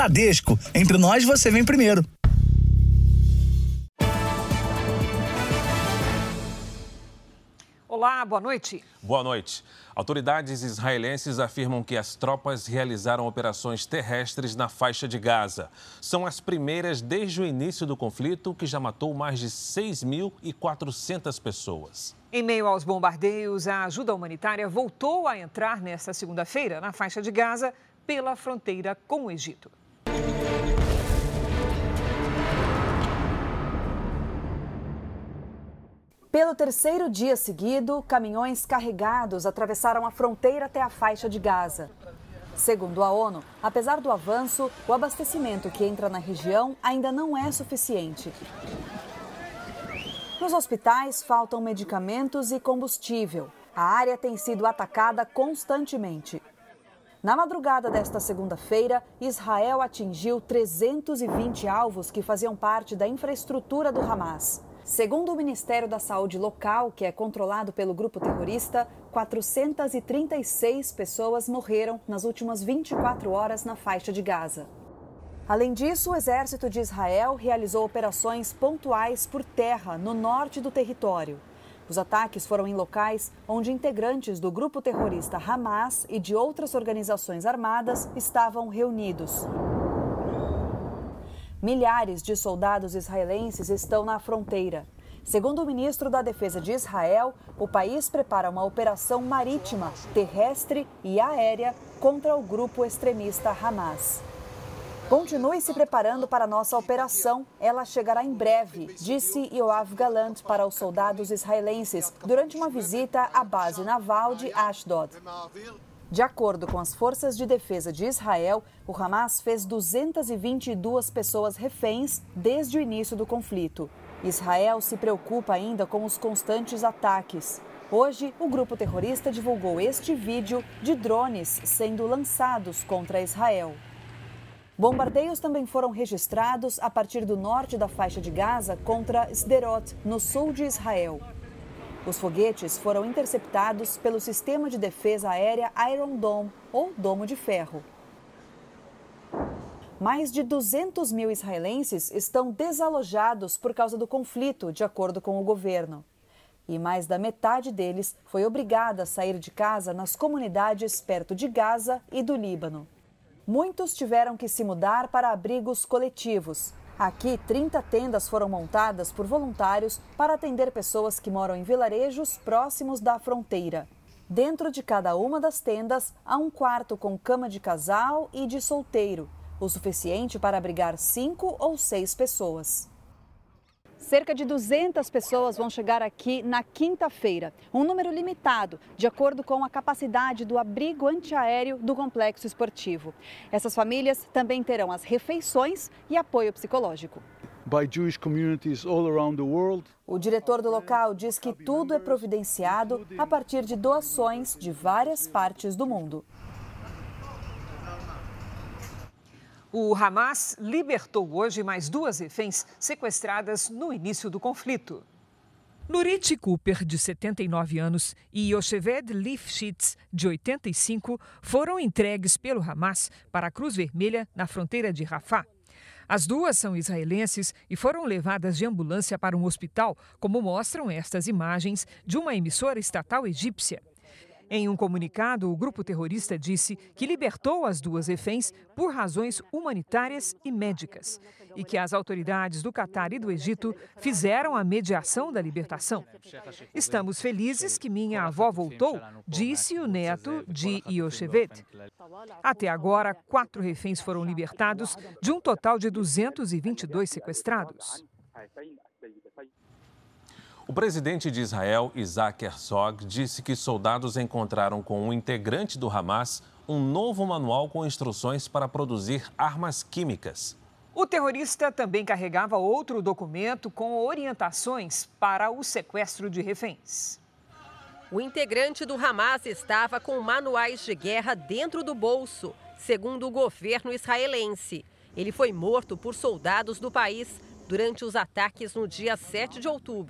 Bradesco, entre nós você vem primeiro. Olá, boa noite. Boa noite. Autoridades israelenses afirmam que as tropas realizaram operações terrestres na faixa de Gaza. São as primeiras desde o início do conflito, que já matou mais de 6.400 pessoas. Em meio aos bombardeios, a ajuda humanitária voltou a entrar nesta segunda-feira na faixa de Gaza pela fronteira com o Egito. Pelo terceiro dia seguido, caminhões carregados atravessaram a fronteira até a faixa de Gaza. Segundo a ONU, apesar do avanço, o abastecimento que entra na região ainda não é suficiente. Nos hospitais faltam medicamentos e combustível. A área tem sido atacada constantemente. Na madrugada desta segunda-feira, Israel atingiu 320 alvos que faziam parte da infraestrutura do Hamas. Segundo o Ministério da Saúde local, que é controlado pelo grupo terrorista, 436 pessoas morreram nas últimas 24 horas na faixa de Gaza. Além disso, o exército de Israel realizou operações pontuais por terra no norte do território. Os ataques foram em locais onde integrantes do grupo terrorista Hamas e de outras organizações armadas estavam reunidos. Milhares de soldados israelenses estão na fronteira. Segundo o ministro da Defesa de Israel, o país prepara uma operação marítima, terrestre e aérea contra o grupo extremista Hamas. Continue se preparando para a nossa operação. Ela chegará em breve, disse Yoav Gallant para os soldados israelenses durante uma visita à base naval de Ashdod. De acordo com as forças de defesa de Israel, o Hamas fez 222 pessoas reféns desde o início do conflito. Israel se preocupa ainda com os constantes ataques. Hoje, o grupo terrorista divulgou este vídeo de drones sendo lançados contra Israel. Bombardeios também foram registrados a partir do norte da faixa de Gaza contra Sderot, no sul de Israel. Os foguetes foram interceptados pelo sistema de defesa aérea Iron Dome, ou Domo de Ferro. Mais de 200 mil israelenses estão desalojados por causa do conflito, de acordo com o governo. E mais da metade deles foi obrigada a sair de casa nas comunidades perto de Gaza e do Líbano. Muitos tiveram que se mudar para abrigos coletivos. Aqui, 30 tendas foram montadas por voluntários para atender pessoas que moram em vilarejos próximos da fronteira. Dentro de cada uma das tendas, há um quarto com cama de casal e de solteiro, o suficiente para abrigar 5 ou 6 pessoas. Cerca de 200 pessoas vão chegar aqui na quinta-feira, um número limitado, de acordo com a capacidade do abrigo antiaéreo do complexo esportivo. Essas famílias também terão as refeições e apoio psicológico. O diretor do local diz que tudo é providenciado a partir de doações de várias partes do mundo. O Hamas libertou hoje mais 2 reféns sequestradas no início do conflito. Nurit Cooper, de 79 anos, e Yocheved Lifshitz, de 85, foram entregues pelo Hamas para a Cruz Vermelha na fronteira de Rafah. As duas são israelenses e foram levadas de ambulância para um hospital, como mostram estas imagens de uma emissora estatal egípcia. Em um comunicado, o grupo terrorista disse que libertou as 2 reféns por razões humanitárias e médicas e que as autoridades do Catar e do Egito fizeram a mediação da libertação. Estamos felizes que minha avó voltou, disse o neto de Yocheved. Até agora, 4 reféns foram libertados de um total de 222 sequestrados. O presidente de Israel, Isaac Herzog, disse que soldados encontraram com um integrante do Hamas um novo manual com instruções para produzir armas químicas. O terrorista também carregava outro documento com orientações para o sequestro de reféns. O integrante do Hamas estava com manuais de guerra dentro do bolso, segundo o governo israelense. Ele foi morto por soldados do país durante os ataques no dia 7 de outubro.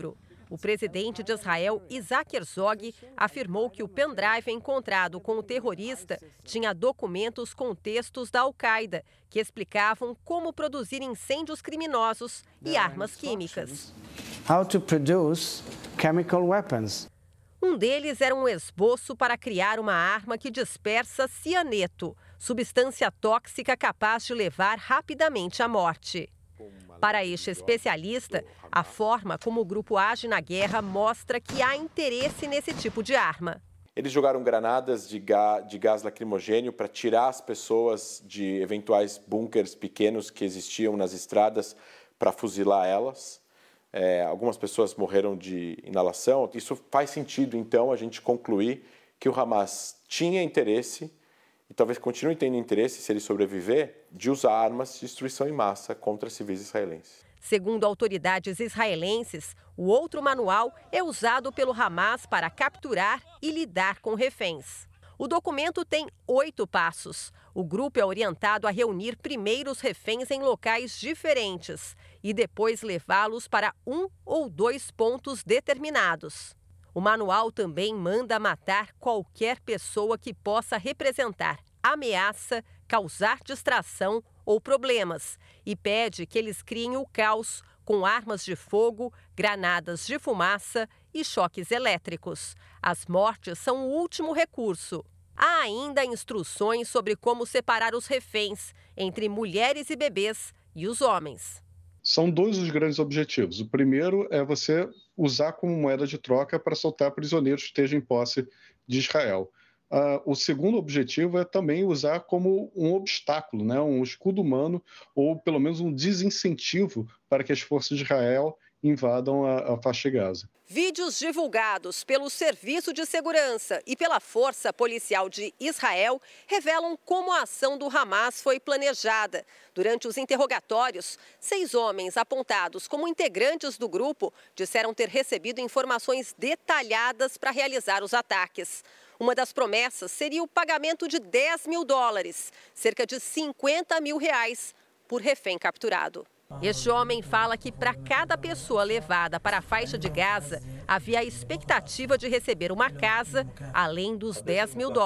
O presidente de Israel, Isaac Herzog, afirmou que o pendrive encontrado com o terrorista tinha documentos com textos da Al-Qaeda que explicavam como produzir incêndios criminosos e armas químicas. How to produce chemical weapons. Um deles era um esboço para criar uma arma que dispersa cianeto, substância tóxica capaz de levar rapidamente à morte. Para este especialista, a forma como o grupo age na guerra mostra que há interesse nesse tipo de arma. Eles jogaram granadas de gás lacrimogênio para tirar as pessoas de eventuais bunkers pequenos que existiam nas estradas para fuzilar elas. Algumas pessoas morreram de inalação. Isso faz sentido, então, a gente concluir que o Hamas tinha interesse, e talvez continue tendo interesse, se ele sobreviver, de usar armas de destruição em massa contra civis israelenses. Segundo autoridades israelenses, o outro manual é usado pelo Hamas para capturar e lidar com reféns. O documento tem 8 passos. O grupo é orientado a reunir primeiro os reféns em locais diferentes e depois levá-los para 1 ou 2 pontos determinados. O manual também manda matar qualquer pessoa que possa representar ameaça, causar distração ou problemas e pede que eles criem o caos com armas de fogo, granadas de fumaça e choques elétricos. As mortes são o último recurso. Há ainda instruções sobre como separar os reféns entre mulheres e bebês e os homens. São 2 os grandes objetivos. O primeiro é você usar como moeda de troca para soltar prisioneiros que estejam em posse de Israel. O segundo objetivo é também usar como um obstáculo, né? Um escudo humano ou pelo menos um desincentivo para que as forças de Israel invadam a faixa de Gaza. Vídeos divulgados pelo Serviço de Segurança e pela Força Policial de Israel revelam como a ação do Hamas foi planejada. Durante os interrogatórios, 6 homens apontados como integrantes do grupo disseram ter recebido informações detalhadas para realizar os ataques. Uma das promessas seria o pagamento de $10 mil, cerca de R$50 mil, por refém capturado. Este homem fala que para cada pessoa levada para a faixa de Gaza, havia a expectativa de receber uma casa, além dos $10 mil.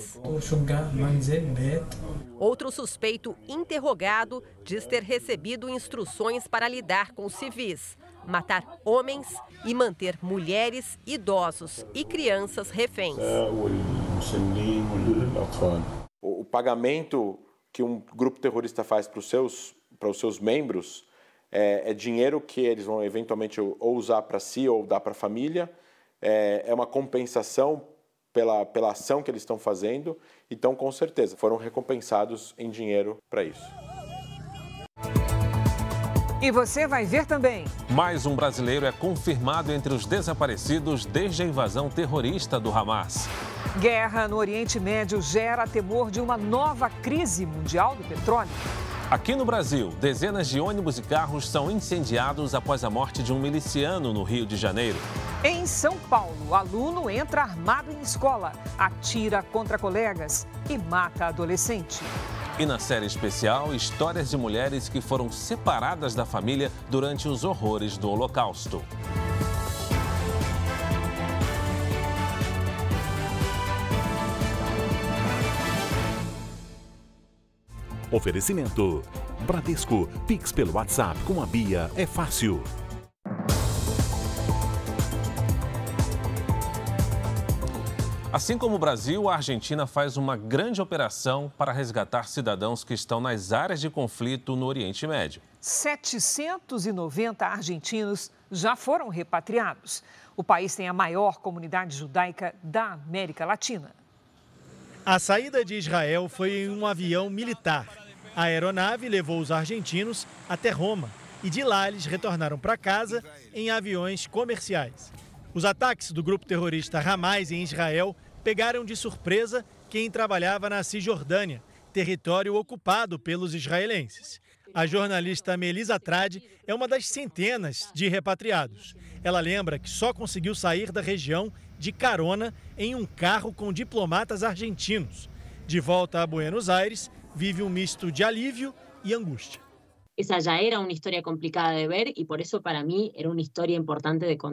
Outro suspeito interrogado diz ter recebido instruções para lidar com civis, matar homens e manter mulheres, idosos e crianças reféns. O pagamento que um grupo terrorista faz para os seus membros é dinheiro que eles vão eventualmente ou usar para si ou dar para a família. É uma compensação pela ação que eles estão fazendo. Então, com certeza, foram recompensados em dinheiro para isso. E você vai ver também. Mais um brasileiro é confirmado entre os desaparecidos desde a invasão terrorista do Hamas. Guerra no Oriente Médio gera temor de uma nova crise mundial do petróleo. Aqui no Brasil, dezenas de ônibus e carros são incendiados após a morte de um miliciano no Rio de Janeiro. Em São Paulo, aluno entra armado em escola, atira contra colegas e mata adolescente. E na série especial, histórias de mulheres que foram separadas da família durante os horrores do Holocausto. Oferecimento. Bradesco. Pix pelo WhatsApp com a Bia é fácil. Assim como o Brasil, a Argentina faz uma grande operação para resgatar cidadãos que estão nas áreas de conflito no Oriente Médio. 790 argentinos já foram repatriados. O país tem a maior comunidade judaica da América Latina. A saída de Israel foi em um avião militar. A aeronave levou os argentinos até Roma e de lá eles retornaram para casa em aviões comerciais. Os ataques do grupo terrorista Hamas em Israel pegaram de surpresa quem trabalhava na Cisjordânia, território ocupado pelos israelenses. A jornalista Melissa Trade é uma das centenas de repatriados. Ela lembra que só conseguiu sair da região de carona em um carro com diplomatas argentinos. De volta a Buenos Aires, vive um misto de alívio e angústia. Esa ya era una historia complicada de ver y por eso para mí era una historia importante de contar.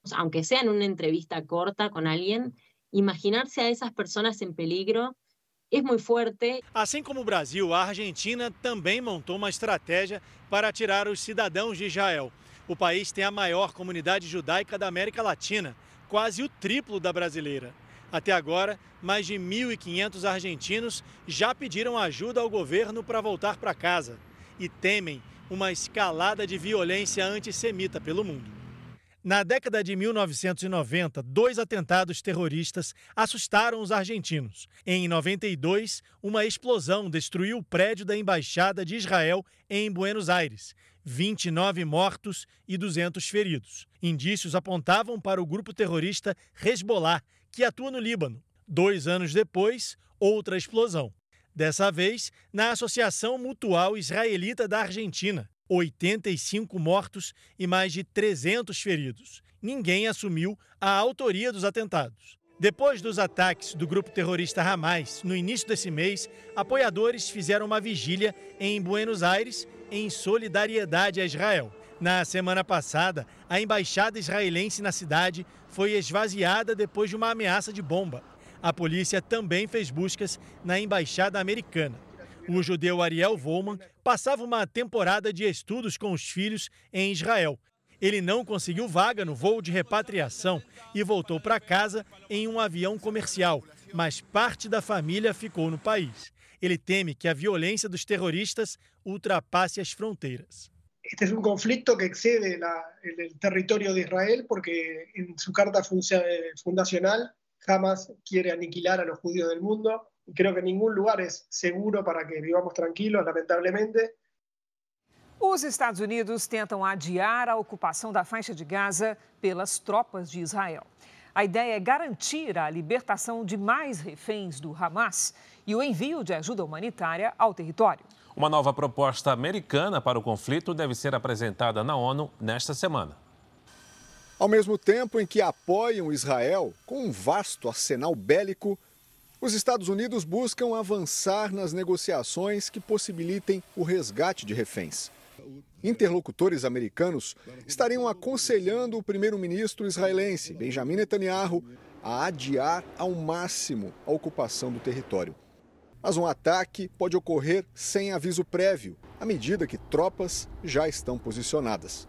aunque sea en una entrevista corta con alguien, imaginarse a esas personas en peligro é muito forte. Assim como o Brasil, a Argentina também montou uma estratégia para tirar os cidadãos de Israel. O país tem a maior comunidade judaica da América Latina, quase o triplo da brasileira. Até agora, mais de 1.500 argentinos já pediram ajuda ao governo para voltar para casa e temem uma escalada de violência antissemita pelo mundo. Na década de 1990, 2 atentados terroristas assustaram os argentinos. Em 92, uma explosão destruiu o prédio da Embaixada de Israel em Buenos Aires. 29 mortos e 200 feridos. Indícios apontavam para o grupo terrorista Hezbollah, que atua no Líbano. 2 anos depois, outra explosão. Dessa vez, na Associação Mutual Israelita da Argentina. 85 mortos e mais de 300 feridos. Ninguém assumiu a autoria dos atentados. Depois dos ataques do grupo terrorista Hamas, no início desse mês, apoiadores fizeram uma vigília em Buenos Aires em solidariedade a Israel. Na semana passada, a embaixada israelense na cidade foi esvaziada depois de uma ameaça de bomba. A polícia também fez buscas na embaixada americana. O judeu Ariel Volman passava uma temporada de estudos com os filhos em Israel. Ele não conseguiu vaga no voo de repatriação e voltou para casa em um avião comercial, mas parte da família ficou no país. Ele teme que a violência dos terroristas ultrapasse as fronteiras. Este es un conflicto que excede el territorio de Israel porque en su carta fundacional Hamas quiere aniquilar a los judíos del mundo. Creo que ningún lugar es seguro para que vivamos tranquilos, lamentablemente. Os Estados Unidos tentam adiar a ocupação da faixa de Gaza pelas tropas de Israel. A ideia é garantir a libertação de mais reféns do Hamas e o envio de ajuda humanitária ao território. Uma nova proposta americana para o conflito deve ser apresentada na ONU nesta semana. Ao mesmo tempo em que apoiam Israel com um vasto arsenal bélico, os Estados Unidos buscam avançar nas negociações que possibilitem o resgate de reféns. Interlocutores americanos estariam aconselhando o primeiro-ministro israelense, Benjamin Netanyahu, a adiar ao máximo a ocupação do território. Mas um ataque pode ocorrer sem aviso prévio, à medida que tropas já estão posicionadas.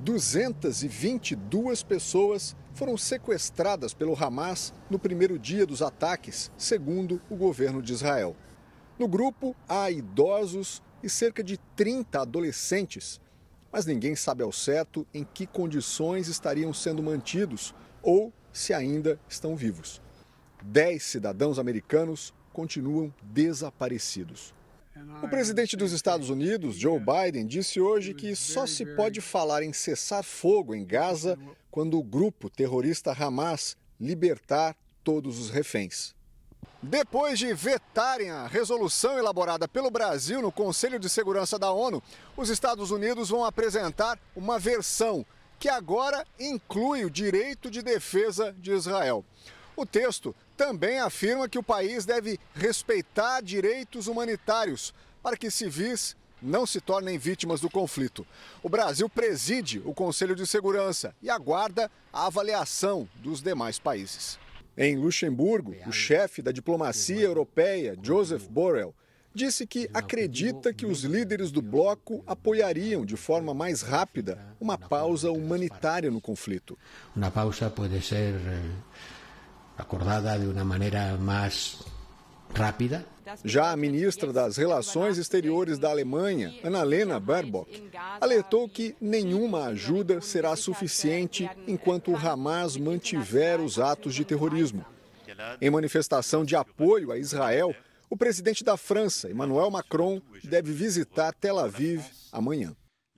222 pessoas foram sequestradas pelo Hamas no primeiro dia dos ataques, segundo o governo de Israel. No grupo, há idosos e cerca de 30 adolescentes, mas ninguém sabe ao certo em que condições estariam sendo mantidos ou se ainda estão vivos. 10 cidadãos americanos continuam desaparecidos. O presidente dos Estados Unidos, Joe Biden, disse hoje que só se pode falar em cessar fogo em Gaza quando o grupo terrorista Hamas libertar todos os reféns. Depois de vetarem a resolução elaborada pelo Brasil no Conselho de Segurança da ONU, os Estados Unidos vão apresentar uma versão que agora inclui o direito de defesa de Israel. O texto também afirma que o país deve respeitar direitos humanitários para que civis não se tornem vítimas do conflito. O Brasil preside o Conselho de Segurança e aguarda a avaliação dos demais países. Em Luxemburgo, o chefe da diplomacia europeia, Joseph Borrell, disse que acredita que os líderes do bloco apoiariam de forma mais rápida uma pausa humanitária no conflito. Uma pausa pode ser acordada de uma maneira mais rápida. Já a ministra das Relações Exteriores da Alemanha, Annalena Baerbock, alertou que nenhuma ajuda será suficiente enquanto o Hamas mantiver os atos de terrorismo. Em manifestação de apoio a Israel, o presidente da França, Emmanuel Macron, deve visitar Tel Aviv amanhã.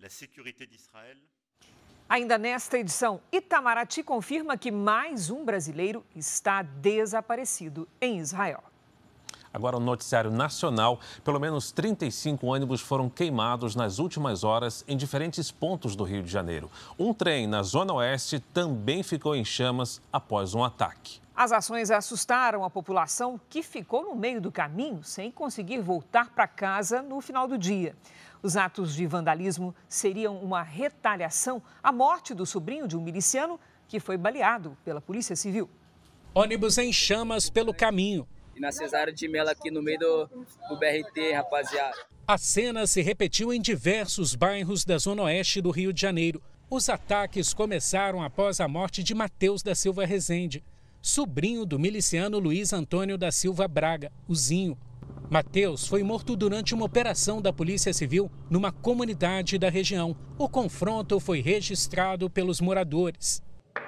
Ainda nesta edição, Itamaraty confirma que mais um brasileiro está desaparecido em Israel. Agora, o noticiário nacional. Pelo menos 35 ônibus foram queimados nas últimas horas em diferentes pontos do Rio de Janeiro. Um trem na Zona Oeste também ficou em chamas após um ataque. As ações assustaram a população que ficou no meio do caminho sem conseguir voltar para casa no final do dia. Os atos de vandalismo seriam uma retaliação à morte do sobrinho de um miliciano que foi baleado pela Polícia Civil. Ônibus em chamas pelo caminho. E na Cesário de Mello aqui no meio do BRT, rapaziada. A cena se repetiu em diversos bairros da zona oeste do Rio de Janeiro. Os ataques começaram após a morte de Matheus da Silva Rezende, sobrinho do miliciano Luiz Antônio da Silva Braga, o Zinho. Matheus foi morto durante uma operação da Polícia Civil numa comunidade da região. O confronto foi registrado pelos moradores.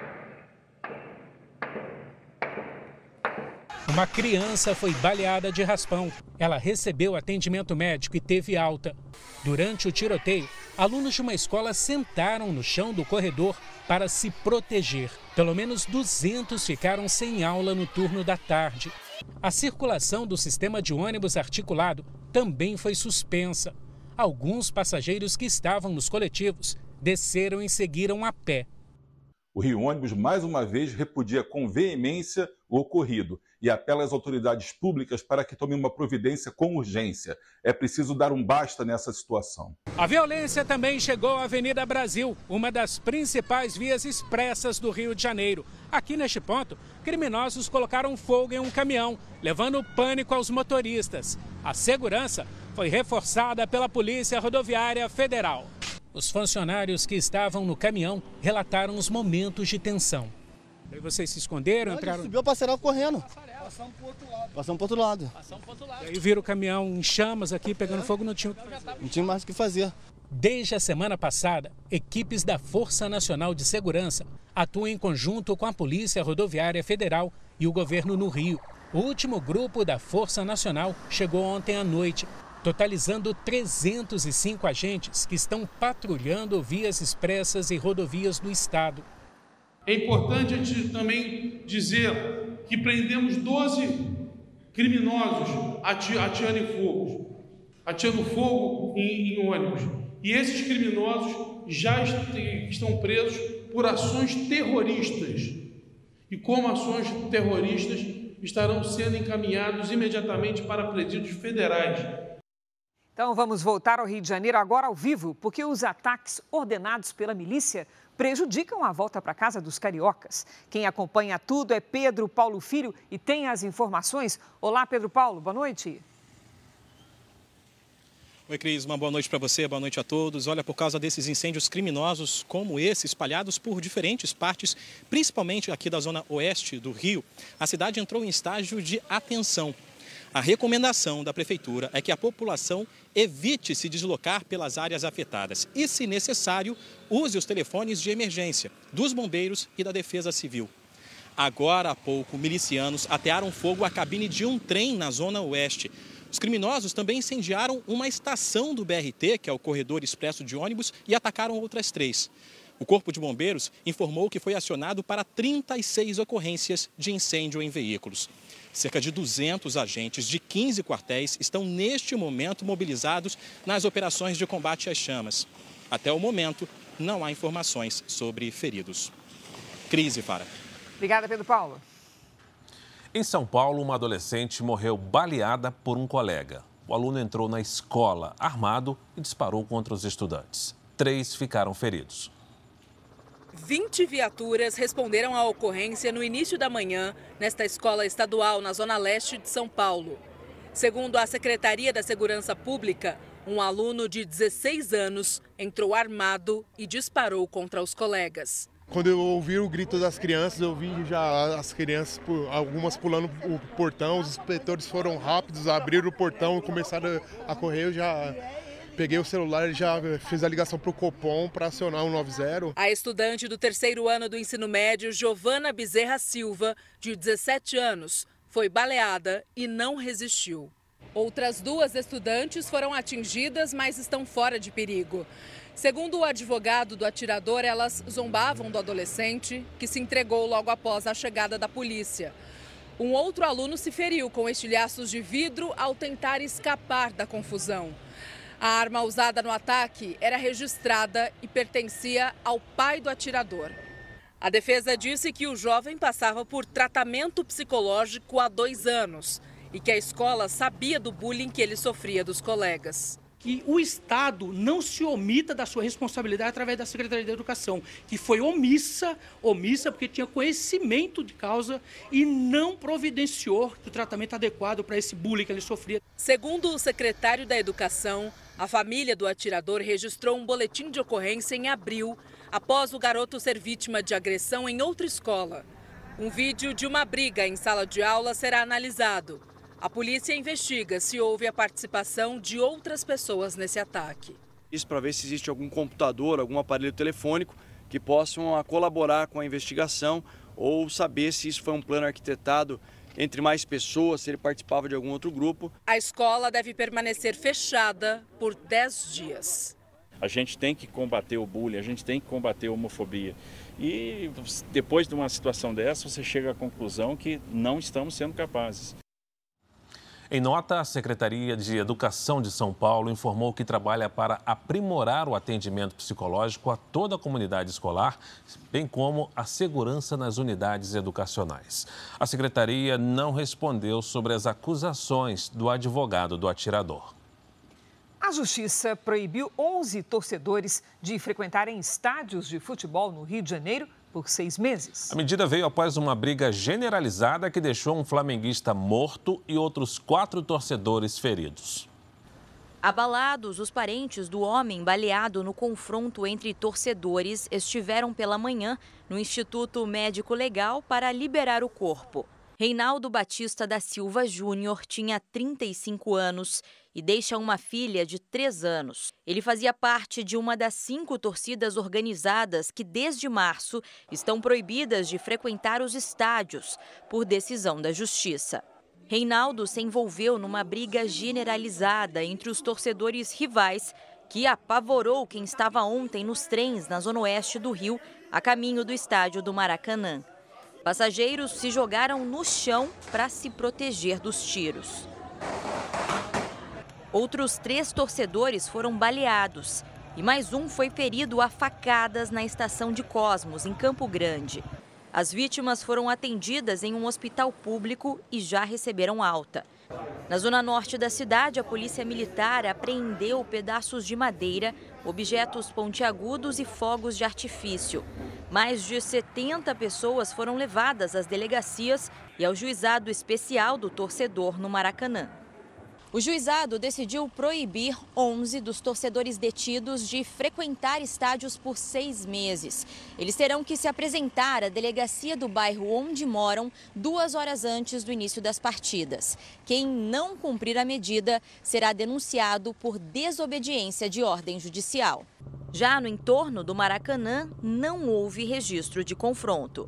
Uma criança foi baleada de raspão. Ela recebeu atendimento médico e teve alta. Durante o tiroteio, alunos de uma escola sentaram no chão do corredor para se proteger. Pelo menos 200 ficaram sem aula no turno da tarde. A circulação do sistema de ônibus articulado também foi suspensa. Alguns passageiros que estavam nos coletivos desceram e seguiram a pé. O Rio Ônibus, mais uma vez, repudia com veemência o ocorrido e apela às autoridades públicas para que tomem uma providência com urgência. É preciso dar um basta nessa situação. A violência também chegou à Avenida Brasil, uma das principais vias expressas do Rio de Janeiro. Aqui neste ponto, criminosos colocaram fogo em um caminhão, levando pânico aos motoristas. A segurança foi reforçada pela Polícia Rodoviária Federal. Os funcionários que estavam no caminhão relataram os momentos de tensão. Aí vocês se esconderam, entraram... Subiu a passarela correndo. Passamos pro outro lado. E aí viram o caminhão em chamas aqui, pegando fogo, não tinha mais o que fazer. Desde a semana passada, equipes da Força Nacional de Segurança atuam em conjunto com a Polícia Rodoviária Federal e o governo no Rio. O último grupo da Força Nacional chegou ontem à noite, totalizando 305 agentes que estão patrulhando vias expressas e rodovias do estado. É importante a gente também dizer que prendemos 12 criminosos atirando fogo em ônibus. E esses criminosos já estão presos por ações terroristas. E como ações terroristas, estarão sendo encaminhados imediatamente para presídios federais. Então vamos voltar ao Rio de Janeiro agora ao vivo, porque os ataques ordenados pela milícia prejudicam a volta para casa dos cariocas. Quem acompanha tudo é Pedro Paulo Filho e tem as informações. Olá, Pedro Paulo, boa noite. Oi, Cris, uma boa noite para você, boa noite a todos. Olha, por causa desses incêndios criminosos como esse, espalhados por diferentes partes, principalmente aqui da zona oeste do Rio, a cidade entrou em estágio de atenção. A recomendação da Prefeitura é que a população evite se deslocar pelas áreas afetadas e, se necessário, use os telefones de emergência dos bombeiros e da Defesa Civil. Agora há pouco, milicianos atearam fogo à cabine de um trem na zona oeste. Os criminosos também incendiaram uma estação do BRT, que é o corredor expresso de ônibus, e atacaram outras 3. O Corpo de Bombeiros informou que foi acionado para 36 ocorrências de incêndio em veículos. Cerca de 200 agentes de 15 quartéis estão neste momento mobilizados nas operações de combate às chamas. Até o momento, não há informações sobre feridos. Cris e Fara. Obrigada, Pedro Paulo. Em São Paulo, uma adolescente morreu baleada por um colega. O aluno entrou na escola armado e disparou contra os estudantes. 3 ficaram feridos. 20 viaturas responderam à ocorrência no início da manhã nesta escola estadual na zona leste de São Paulo. Segundo a Secretaria da Segurança Pública, um aluno de 16 anos entrou armado e disparou contra os colegas. Quando eu ouvi o grito das crianças, eu vi já as crianças, algumas pulando o portão, os inspetores foram rápidos, abriram o portão e começaram a correr. Eu já peguei o celular e já fiz a ligação para o Copom para acionar o 190. A estudante do 3º ano do ensino médio, Giovana Bezerra Silva, de 17 anos, foi baleada e não resistiu. Outras 2 estudantes foram atingidas, mas estão fora de perigo. Segundo o advogado do atirador, elas zombavam do adolescente, que se entregou logo após a chegada da polícia. Um outro aluno se feriu com estilhaços de vidro ao tentar escapar da confusão. A arma usada no ataque era registrada e pertencia ao pai do atirador. A defesa disse que o jovem passava por tratamento psicológico há 2 anos e que a escola sabia do bullying que ele sofria dos colegas. que o Estado não se omita da sua responsabilidade através da Secretaria da Educação, que foi omissa porque tinha conhecimento de causa e não providenciou o tratamento adequado para esse bullying que ele sofria. Segundo o secretário da Educação, a família do atirador registrou um boletim de ocorrência em abril, após o garoto ser vítima de agressão em outra escola. Um vídeo de uma briga em sala de aula será analisado. A polícia investiga se houve a participação de outras pessoas nesse ataque. Isso para ver se existe algum computador, algum aparelho telefônico que possam colaborar com a investigação ou saber se isso foi um plano arquitetado entre mais pessoas, se ele participava de algum outro grupo. A escola deve permanecer fechada por 10 dias. A gente tem que combater o bullying, a gente tem que combater a homofobia. E depois de uma situação dessa, você chega à conclusão que não estamos sendo capazes. Em nota, a Secretaria de Educação de São Paulo informou que trabalha para aprimorar o atendimento psicológico a toda a comunidade escolar, bem como a segurança nas unidades educacionais. A Secretaria não respondeu sobre as acusações do advogado do atirador. A Justiça proibiu 11 torcedores de frequentarem estádios de futebol no Rio de Janeiro por 6 meses. A medida veio após uma briga generalizada que deixou um flamenguista morto e outros 4 torcedores feridos. Abalados, os parentes do homem baleado no confronto entre torcedores estiveram pela manhã no Instituto Médico Legal para liberar o corpo. Reinaldo Batista da Silva Júnior tinha 35 anos e deixa uma filha de 3 anos. Ele fazia parte de uma das 5 torcidas organizadas que, desde março, estão proibidas de frequentar os estádios, por decisão da Justiça. Reinaldo se envolveu numa briga generalizada entre os torcedores rivais, que apavorou quem estava ontem nos trens na zona oeste do Rio, a caminho do estádio do Maracanã. Passageiros se jogaram no chão para se proteger dos tiros. Outros 3 torcedores foram baleados e mais um foi ferido a facadas na estação de Cosmos, em Campo Grande. As vítimas foram atendidas em um hospital público e já receberam alta. Na zona norte da cidade, a polícia militar apreendeu pedaços de madeira, objetos pontiagudos e fogos de artifício. Mais de 70 pessoas foram levadas às delegacias e ao juizado especial do torcedor no Maracanã. O juizado decidiu proibir 11 dos torcedores detidos de frequentar estádios por 6 meses. Eles terão que se apresentar à delegacia do bairro onde moram 2 horas antes do início das partidas. Quem não cumprir a medida será denunciado por desobediência de ordem judicial. Já no entorno do Maracanã, não houve registro de confronto.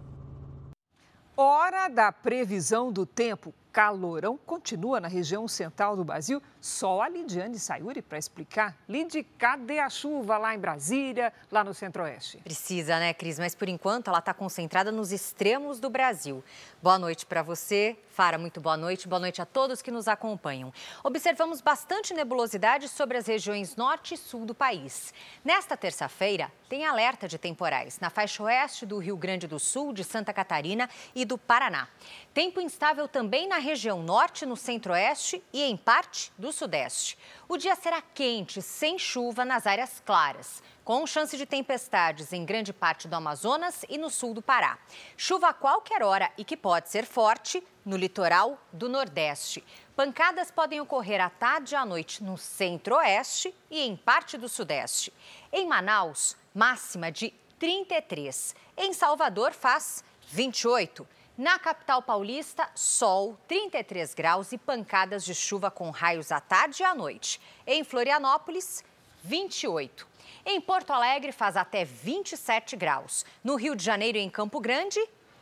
Hora da previsão do tempo. Calorão continua na região central do Brasil. Só a Lidiane Sayuri para explicar. Lidi, cadê a chuva lá em Brasília, lá no Centro-Oeste? Precisa, né, Cris? Mas por enquanto ela está concentrada nos extremos do Brasil. Boa noite para você. Fara, muito boa noite. Boa noite a todos que nos acompanham. Observamos bastante nebulosidade sobre as regiões norte e sul do país. Nesta terça-feira, tem alerta de temporais na faixa oeste do Rio Grande do Sul, de Santa Catarina e do Paraná. Tempo instável também na região norte, no centro-oeste e em parte do sudeste. O dia será quente, sem chuva nas áreas claras, com chance de tempestades em grande parte do Amazonas e no sul do Pará. Chuva a qualquer hora e que pode ser forte no litoral do Nordeste. Pancadas podem ocorrer à tarde e à noite no centro-oeste e em parte do sudeste. Em Manaus, máxima de 33. Em Salvador, faz 28. Na capital paulista, sol, 33 graus e pancadas de chuva com raios à tarde e à noite. Em Florianópolis, 28. Em Porto Alegre, faz até 27 graus. No Rio de Janeiro e em Campo Grande,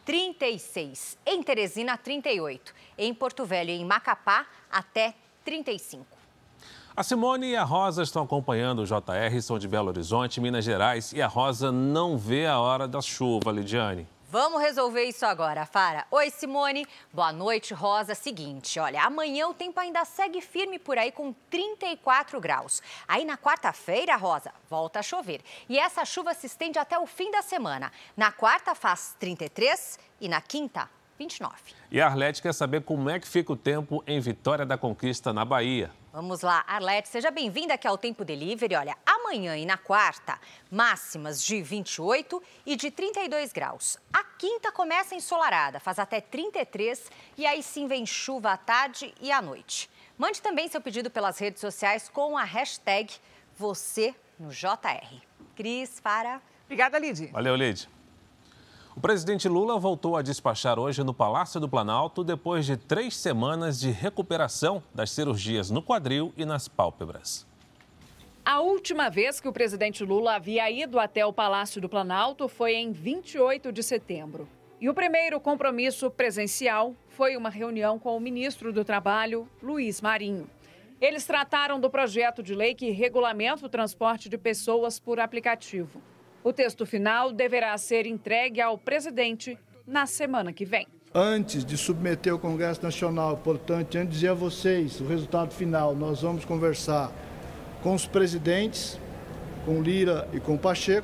36. Em Teresina, 38. Em Porto Velho e em Macapá, até 35. A Simone e a Rosa estão acompanhando o JR, são de Belo Horizonte, Minas Gerais, e a Rosa não vê a hora da chuva, Lidiane. Vamos resolver isso agora, Fara. Oi, Simone. Boa noite, Rosa. Seguinte, olha, amanhã o tempo ainda segue firme por aí com 34 graus. Aí na quarta-feira, Rosa, volta a chover. E essa chuva se estende até o fim da semana. Na quarta faz 33 e na quinta, 29. E a Arlete quer saber como é que fica o tempo em Vitória da Conquista, na Bahia. Vamos lá, Arlete, seja bem-vinda aqui ao Tempo Delivery. Olha, amanhã e na quarta, máximas de 28 e de 32 graus. A quinta começa ensolarada, faz até 33 e aí sim vem chuva à tarde e à noite. Mande também seu pedido pelas redes sociais com a hashtag #VocêNoJR. Cris, Fara. Obrigada, Lid. Valeu, Lid. O presidente Lula voltou a despachar hoje no Palácio do Planalto depois de 3 semanas de recuperação das cirurgias no quadril e nas pálpebras. A última vez que o presidente Lula havia ido até o Palácio do Planalto foi em 28 de setembro. E o primeiro compromisso presencial foi uma reunião com o ministro do Trabalho, Luiz Marinho. Eles trataram do projeto de lei que regulamenta o transporte de pessoas por aplicativo. O texto final deverá ser entregue ao presidente na semana que vem. Antes de submeter ao Congresso Nacional, portanto, antes de dizer a vocês o resultado final, nós vamos conversar com os presidentes, com Lira e com Pacheco,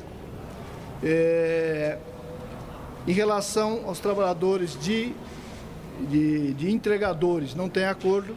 em relação aos trabalhadores de entregadores, não tem acordo.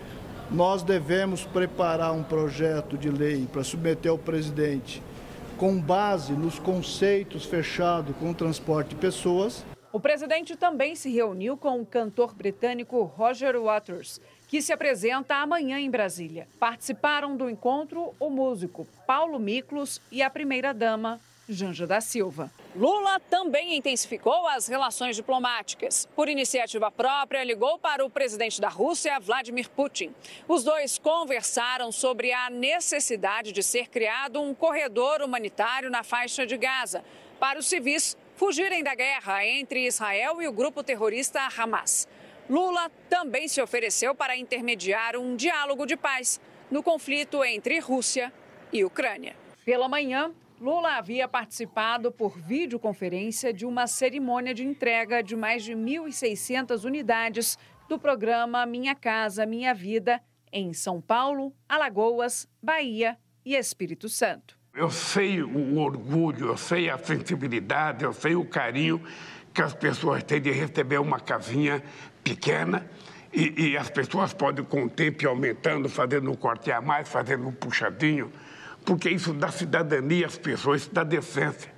Nós devemos preparar um projeto de lei para submeter ao presidente com base nos conceitos fechados com o transporte de pessoas. O presidente também se reuniu com o cantor britânico Roger Waters, que se apresenta amanhã em Brasília. Participaram do encontro o músico Paulo Miklos e a primeira-dama Janja da Silva. Lula também intensificou as relações diplomáticas. Por iniciativa própria, ligou para o presidente da Rússia, Vladimir Putin. Os dois conversaram sobre a necessidade de ser criado um corredor humanitário na faixa de Gaza, para os civis fugirem da guerra entre Israel e o grupo terrorista Hamas. Lula também se ofereceu para intermediar um diálogo de paz no conflito entre Rússia e Ucrânia. Pela manhã, Lula havia participado por videoconferência de uma cerimônia de entrega de mais de 1.600 unidades do programa Minha Casa Minha Vida em São Paulo, Alagoas, Bahia e Espírito Santo. Eu sei o orgulho, eu sei a sensibilidade, eu sei o carinho que as pessoas têm de receber uma casinha pequena e as pessoas podem com o tempo ir aumentando, fazendo um corte a mais, fazendo um puxadinho, porque isso dá cidadania às pessoas, isso dá decência.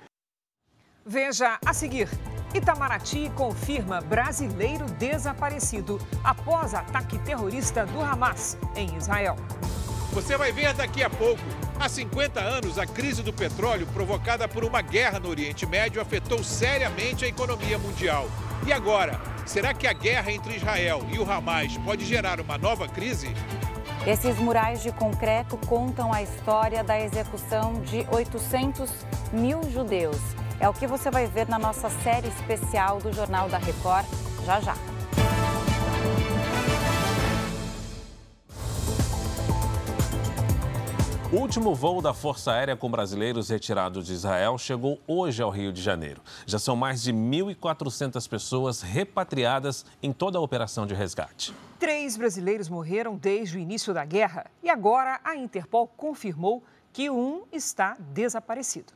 Veja a seguir. Itamaraty confirma brasileiro desaparecido após ataque terrorista do Hamas em Israel. Você vai ver daqui a pouco. Há 50 anos, a crise do petróleo provocada por uma guerra no Oriente Médio afetou seriamente a economia mundial. E agora, será que a guerra entre Israel e o Hamas pode gerar uma nova crise? Esses murais de concreto contam a história da execução de 800 mil judeus. É o que você vai ver na nossa série especial do Jornal da Record, já já. O último voo da Força Aérea com brasileiros retirados de Israel chegou hoje ao Rio de Janeiro. Já são mais de 1.400 pessoas repatriadas em toda a operação de resgate. 3 brasileiros morreram desde o início da guerra e agora a Interpol confirmou que um está desaparecido.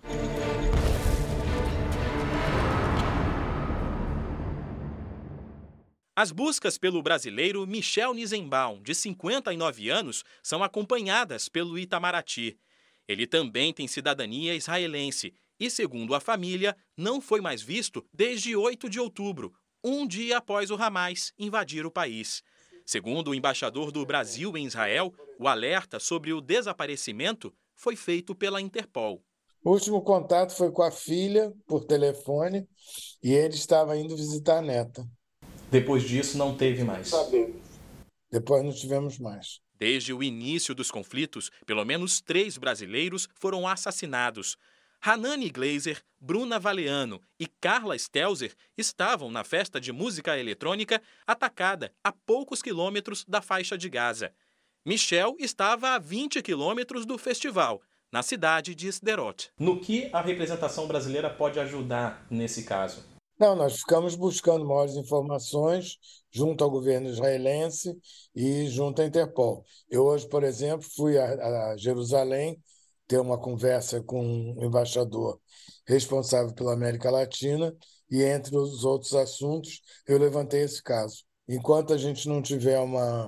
As buscas pelo brasileiro Michel Nisenbaum, de 59 anos, são acompanhadas pelo Itamaraty. Ele também tem cidadania israelense e, segundo a família, não foi mais visto desde 8 de outubro, um dia após o Hamas invadir o país. Segundo o embaixador do Brasil em Israel, o alerta sobre o desaparecimento foi feito pela Interpol. O último contato foi com a filha, por telefone, e ele estava indo visitar a neta. Depois disso, não teve mais. Depois não tivemos mais. Desde o início dos conflitos, pelo menos 3 brasileiros foram assassinados. Hanani Gleiser, Bruna Valeano e Carla Stelzer estavam na festa de música eletrônica atacada a poucos quilômetros da faixa de Gaza. Michel estava a 20 quilômetros do festival, na cidade de Sderot. No que a representação brasileira pode ajudar nesse caso? Não, nós ficamos buscando maiores informações junto ao governo israelense e junto à Interpol. Eu hoje, por exemplo, fui a Jerusalém ter uma conversa com o embaixador responsável pela América Latina e, entre os outros assuntos, eu levantei esse caso. Enquanto a gente não tiver uma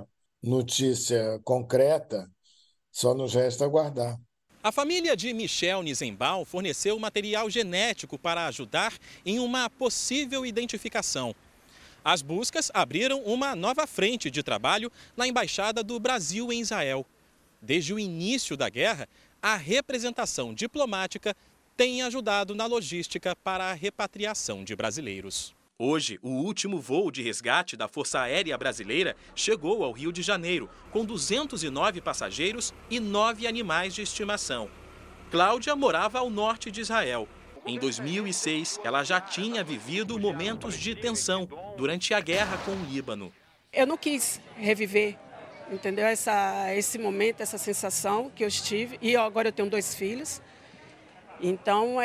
notícia concreta, só nos resta aguardar. A família de Michel Nizenbaum forneceu material genético para ajudar em uma possível identificação. As buscas abriram uma nova frente de trabalho na Embaixada do Brasil em Israel. Desde o início da guerra, a representação diplomática tem ajudado na logística para a repatriação de brasileiros. Hoje, o último voo de resgate da Força Aérea Brasileira chegou ao Rio de Janeiro, com 209 passageiros e 9 animais de estimação. Cláudia morava ao norte de Israel. Em 2006, ela já tinha vivido momentos de tensão durante a guerra com o Líbano. Eu não quis reviver, entendeu? Esse momento, essa sensação que eu estive. E agora eu tenho 2 filhos. Então,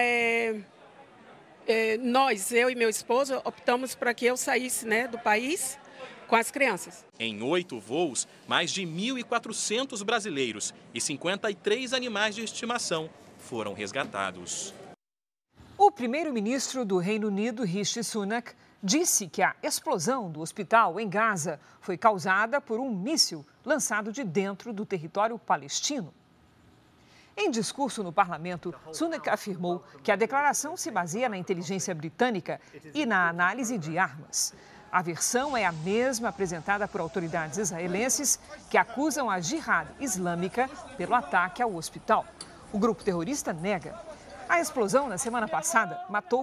eu e meu esposo, optamos para que eu saísse, do país com as crianças. Em 8 voos, mais de 1.400 brasileiros e 53 animais de estimação foram resgatados. O primeiro-ministro do Reino Unido, Rishi Sunak, disse que a explosão do hospital em Gaza foi causada por um míssil lançado de dentro do território palestino. Em discurso no parlamento, Sunak afirmou que a declaração se baseia na inteligência britânica e na análise de armas. A versão é a mesma apresentada por autoridades israelenses que acusam a Jihad Islâmica pelo ataque ao hospital. O grupo terrorista nega. A explosão na semana passada matou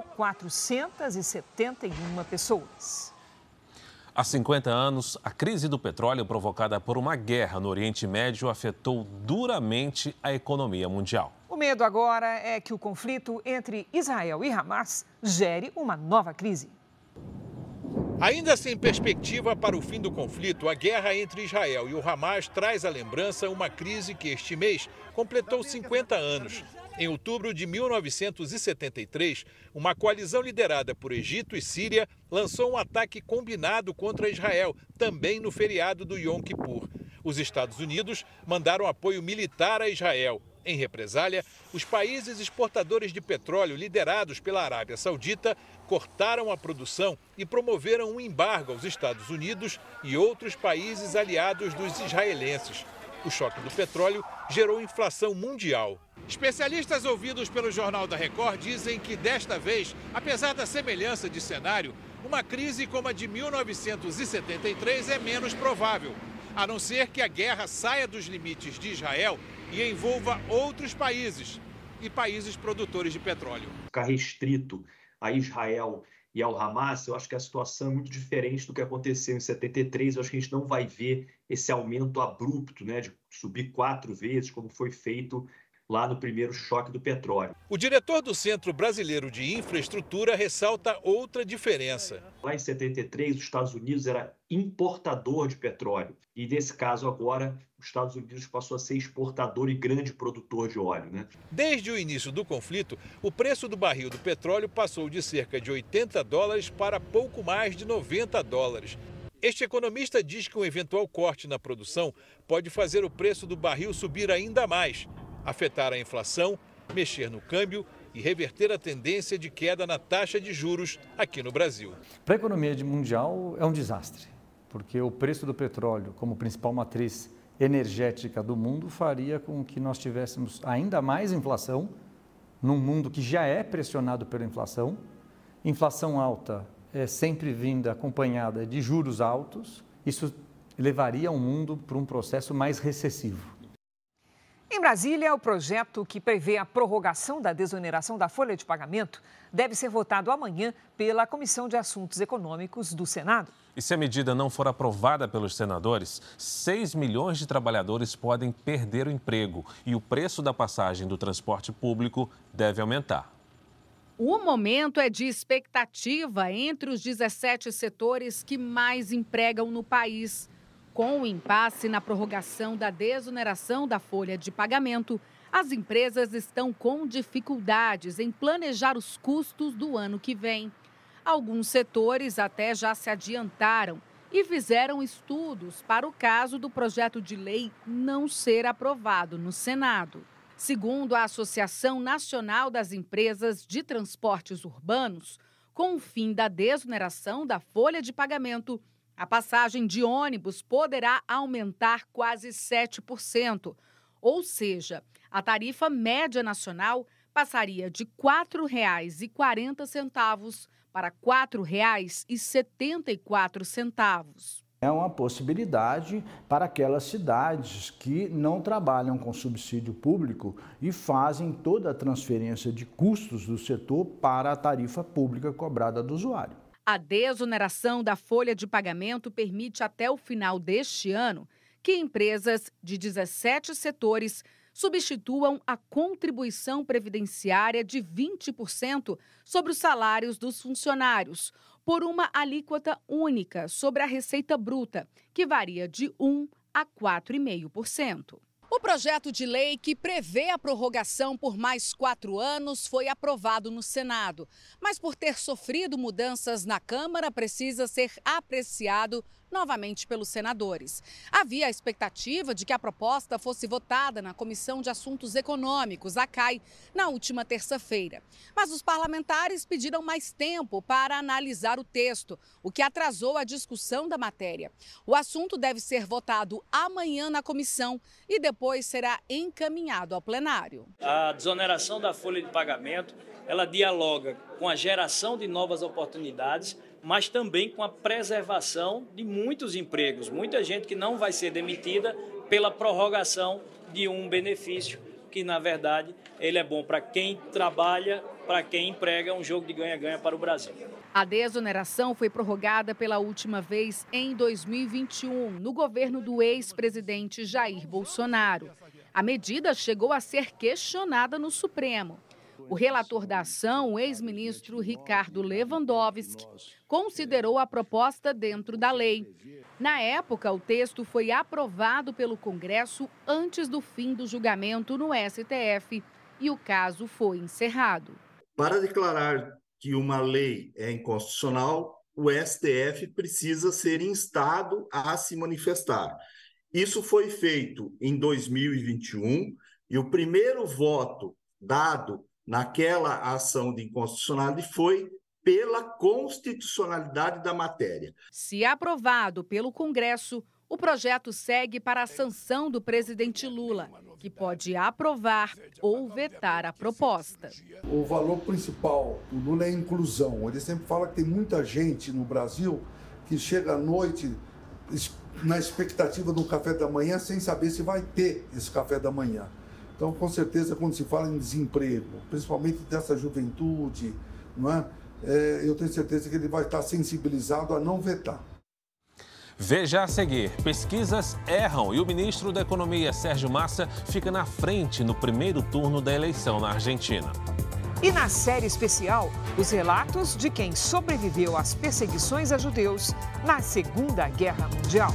471 pessoas. Há 50 anos, a crise do petróleo provocada por uma guerra no Oriente Médio afetou duramente a economia mundial. O medo agora é que o conflito entre Israel e Hamas gere uma nova crise. Ainda sem perspectiva para o fim do conflito, a guerra entre Israel e o Hamas traz à lembrança uma crise que este mês completou 50 anos. Em outubro de 1973, uma coalizão liderada por Egito e Síria lançou um ataque combinado contra Israel, também no feriado do Yom Kippur. Os Estados Unidos mandaram apoio militar a Israel. Em represália, os países exportadores de petróleo liderados pela Arábia Saudita cortaram a produção e promoveram um embargo aos Estados Unidos e outros países aliados dos israelenses. O choque do petróleo gerou inflação mundial. Especialistas ouvidos pelo Jornal da Record dizem que desta vez, apesar da semelhança de cenário, uma crise como a de 1973 é menos provável, a não ser que a guerra saia dos limites de Israel e envolva outros países e países produtores de petróleo. Ficar restrito a Israel e ao Hamas, eu acho que a situação é muito diferente do que aconteceu em 73. Eu acho que a gente não vai ver esse aumento abrupto, de subir 4 vezes, como foi feito lá no primeiro choque do petróleo. O diretor do Centro Brasileiro de Infraestrutura ressalta outra diferença. Lá em 73, os Estados Unidos era importador de petróleo. E nesse caso agora, os Estados Unidos passou a ser exportador e grande produtor de óleo. Desde o início do conflito, o preço do barril do petróleo passou de cerca de $80 para pouco mais de $90. Este economista diz que um eventual corte na produção pode fazer o preço do barril subir ainda mais, afetar a inflação, mexer no câmbio e reverter a tendência de queda na taxa de juros aqui no Brasil. Para a economia mundial é um desastre, porque o preço do petróleo, como principal matriz energética do mundo, faria com que nós tivéssemos ainda mais inflação, num mundo que já é pressionado pela inflação. Inflação alta é sempre vinda acompanhada de juros altos, isso levaria o mundo para um processo mais recessivo. Em Brasília, o projeto que prevê a prorrogação da desoneração da folha de pagamento deve ser votado amanhã pela Comissão de Assuntos Econômicos do Senado. E se a medida não for aprovada pelos senadores, 6 milhões de trabalhadores podem perder o emprego e o preço da passagem do transporte público deve aumentar. O momento é de expectativa entre os 17 setores que mais empregam no país. Com o impasse na prorrogação da desoneração da folha de pagamento, as empresas estão com dificuldades em planejar os custos do ano que vem. Alguns setores até já se adiantaram e fizeram estudos para o caso do projeto de lei não ser aprovado no Senado. Segundo a Associação Nacional das Empresas de Transportes Urbanos, com o fim da desoneração da folha de pagamento, A passagem de ônibus poderá aumentar quase 7%, ou seja, a tarifa média nacional passaria de R$ 4,40 para R$ 4,74. É uma possibilidade para aquelas cidades que não trabalham com subsídio público e fazem toda a transferência de custos do setor para a tarifa pública cobrada do usuário. A desoneração da folha de pagamento permite até o final deste ano que empresas de 17 setores substituam a contribuição previdenciária de 20% sobre os salários dos funcionários por uma alíquota única sobre a receita bruta, que varia de 1% a 4,5%. O projeto de lei que prevê a prorrogação por mais 4 anos foi aprovado no Senado, mas por ter sofrido mudanças na Câmara, precisa ser apreciado novamente pelos senadores. Havia a expectativa de que a proposta fosse votada na Comissão de Assuntos Econômicos, a CAI, na última terça-feira. Mas os parlamentares pediram mais tempo para analisar o texto, o que atrasou a discussão da matéria. O assunto deve ser votado amanhã na comissão e depois será encaminhado ao plenário. A desoneração da folha de pagamento, ela dialoga com a geração de novas oportunidades, mas também com a preservação de muitos empregos. Muita gente que não vai ser demitida pela prorrogação de um benefício que, na verdade, ele é bom para quem trabalha, para quem emprega, um jogo de ganha-ganha para o Brasil. A desoneração foi prorrogada pela última vez em 2021, no governo do ex-presidente Jair Bolsonaro. A medida chegou a ser questionada no Supremo. O relator da ação, o ex-ministro Ricardo Lewandowski, considerou a proposta dentro da lei. Na época, o texto foi aprovado pelo Congresso antes do fim do julgamento no STF e o caso foi encerrado. Para declarar que uma lei é inconstitucional, o STF precisa ser instado a se manifestar. Isso foi feito em 2021 e o primeiro voto dado naquela ação de inconstitucionalidade foi pela constitucionalidade da matéria. Se aprovado pelo Congresso, o projeto segue para a sanção do presidente Lula, que pode aprovar ou vetar a proposta. O valor principal do Lula é a inclusão. Ele sempre fala que tem muita gente no Brasil que chega à noite na expectativa do café da manhã sem saber se vai ter esse café da manhã. Então, com certeza, quando se fala em desemprego, principalmente dessa juventude, não é? Eu tenho certeza que ele vai estar sensibilizado a não vetar. Veja a seguir, pesquisas erram e o ministro da Economia, Sérgio Massa, fica na frente no primeiro turno da eleição na Argentina. E na série especial, os relatos de quem sobreviveu às perseguições a judeus na Segunda Guerra Mundial.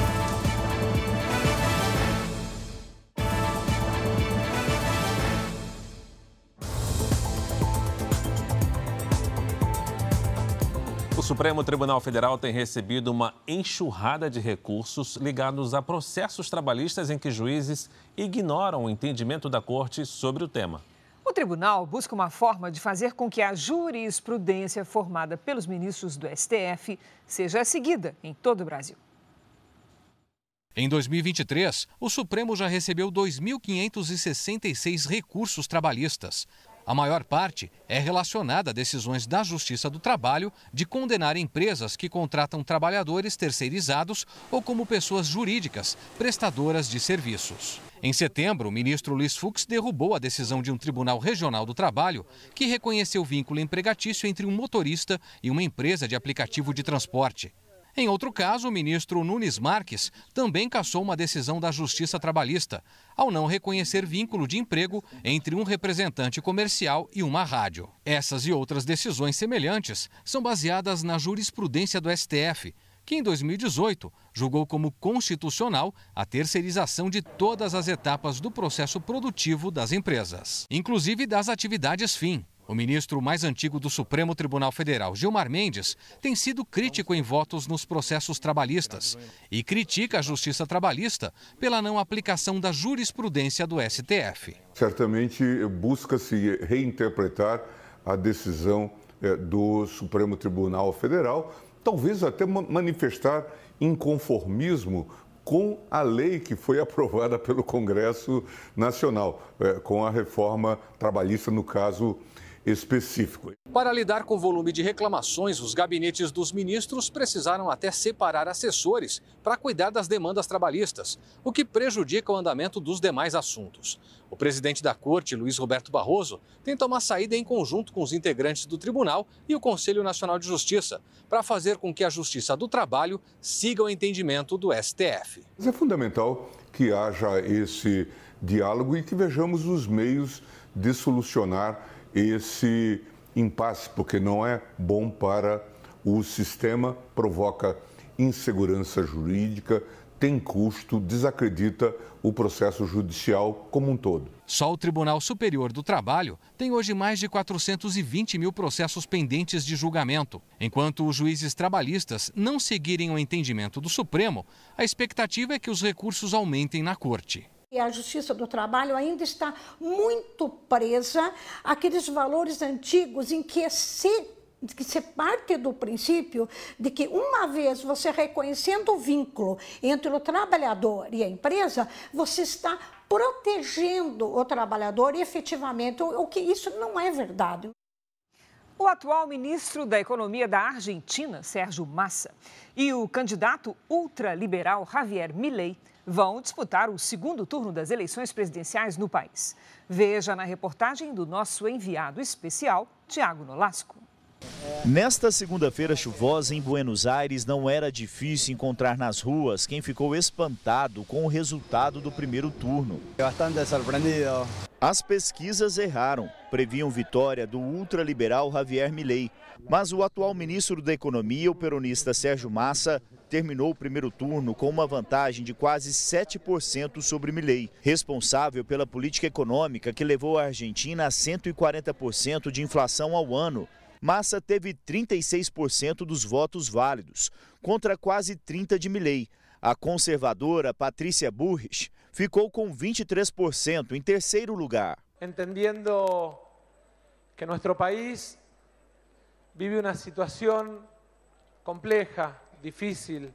O Supremo Tribunal Federal tem recebido uma enxurrada de recursos ligados a processos trabalhistas em que juízes ignoram o entendimento da Corte sobre o tema. O tribunal busca uma forma de fazer com que a jurisprudência formada pelos ministros do STF seja seguida em todo o Brasil. Em 2023, o Supremo já recebeu 2.566 recursos trabalhistas. A maior parte é relacionada a decisões da Justiça do Trabalho de condenar empresas que contratam trabalhadores terceirizados ou como pessoas jurídicas prestadoras de serviços. Em setembro, o ministro Luiz Fux derrubou a decisão de um tribunal regional do trabalho que reconheceu vínculo empregatício entre um motorista e uma empresa de aplicativo de transporte. Em outro caso, o ministro Nunes Marques também cassou uma decisão da Justiça Trabalhista, ao não reconhecer vínculo de emprego entre um representante comercial e uma rádio. Essas e outras decisões semelhantes são baseadas na jurisprudência do STF, que em 2018 julgou como constitucional a terceirização de todas as etapas do processo produtivo das empresas, inclusive das atividades fim. O ministro mais antigo do Supremo Tribunal Federal, Gilmar Mendes, tem sido crítico em votos nos processos trabalhistas e critica a Justiça Trabalhista pela não aplicação da jurisprudência do STF. Certamente busca-se reinterpretar a decisão do Supremo Tribunal Federal talvez até manifestar inconformismo com a lei que foi aprovada pelo Congresso Nacional, com a reforma trabalhista no caso específico. Para lidar com o volume de reclamações, os gabinetes dos ministros precisaram até separar assessores para cuidar das demandas trabalhistas, o que prejudica o andamento dos demais assuntos. O presidente da Corte, Luiz Roberto Barroso, tenta uma saída em conjunto com os integrantes do Tribunal e o Conselho Nacional de Justiça, para fazer com que a Justiça do Trabalho siga o entendimento do STF. Mas é fundamental que haja esse diálogo e que vejamos os meios de solucionar esse impasse, porque não é bom para o sistema, provoca insegurança jurídica, tem custo, desacredita o processo judicial como um todo. Só o Tribunal Superior do Trabalho tem hoje mais de 420 mil processos pendentes de julgamento. Enquanto os juízes trabalhistas não seguirem o entendimento do Supremo, a expectativa é que os recursos aumentem na Corte. E a Justiça do Trabalho ainda está muito presa àqueles valores antigos em que se parte do princípio de que uma vez você reconhecendo o vínculo entre o trabalhador e a empresa, você está protegendo o trabalhador e efetivamente, o que isso não é verdade. O atual ministro da Economia da Argentina, Sérgio Massa, e o candidato ultraliberal Javier Milei vão disputar o segundo turno das eleições presidenciais no país. Veja na reportagem do nosso enviado especial, Tiago Nolasco. Nesta segunda-feira chuvosa em Buenos Aires, não era difícil encontrar nas ruas quem ficou espantado com o resultado do primeiro turno. Bastante surpreendido. As pesquisas erraram, previam vitória do ultraliberal Javier Milei. Mas o atual ministro da Economia, o peronista Sérgio Massa, terminou o primeiro turno com uma vantagem de quase 7% sobre Milei, responsável pela política econômica que levou a Argentina a 140% de inflação ao ano. Massa teve 36% dos votos válidos, contra quase 30% de Milei. A conservadora Patrícia Burrich ficou com 23% em terceiro lugar. Entendendo que nosso país vive uma situação compleja, difícil,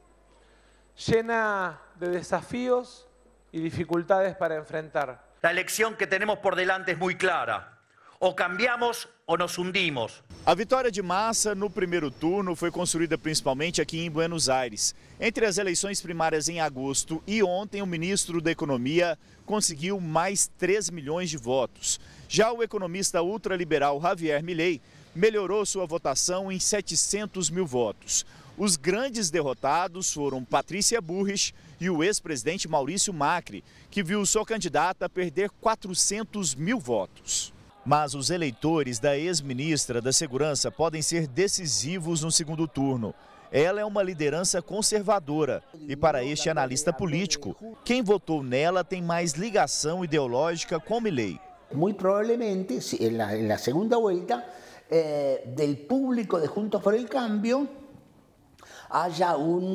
llena de desafios y dificultades para enfrentar. La elección que tenemos por delante es muy clara. O cambiamos ou nos hundimos. A vitória de Massa no primeiro turno foi construída principalmente aqui em Buenos Aires. Entre as eleições primárias em agosto e ontem, o ministro da Economia conseguiu mais 3 milhões de votos. Já o economista ultraliberal Javier Milei melhorou sua votação em 700 mil votos. Os grandes derrotados foram Patrícia Burrich e o ex-presidente Maurício Macri, que viu sua candidata perder 400 mil votos. Mas os eleitores da ex-ministra da Segurança podem ser decisivos no segundo turno. Ela é uma liderança conservadora e, para este analista político, quem votou nela tem mais ligação ideológica com Milei. Muito provavelmente, na segunda volta, do público de Juntos por el Cambio, haja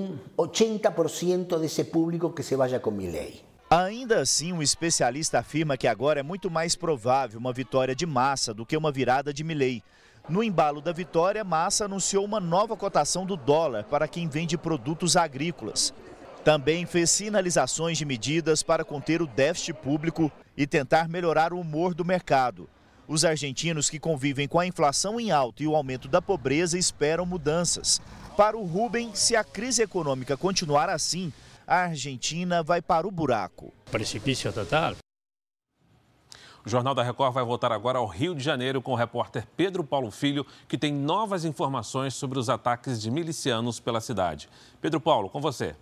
80% desse público que se vaya com Milei. Ainda assim, um especialista afirma que agora é muito mais provável uma vitória de Massa do que uma virada de Milei. No embalo da vitória, Massa anunciou uma nova cotação do dólar para quem vende produtos agrícolas. Também fez sinalizações de medidas para conter o déficit público e tentar melhorar o humor do mercado. Os argentinos que convivem com a inflação em alta e o aumento da pobreza esperam mudanças. Para o Rubem, se a crise econômica continuar assim, a Argentina vai para o buraco. Precipício total. O Jornal da Record vai voltar agora ao Rio de Janeiro com o repórter Pedro Paulo Filho, que tem novas informações sobre os ataques de milicianos pela cidade. Pedro Paulo, com você.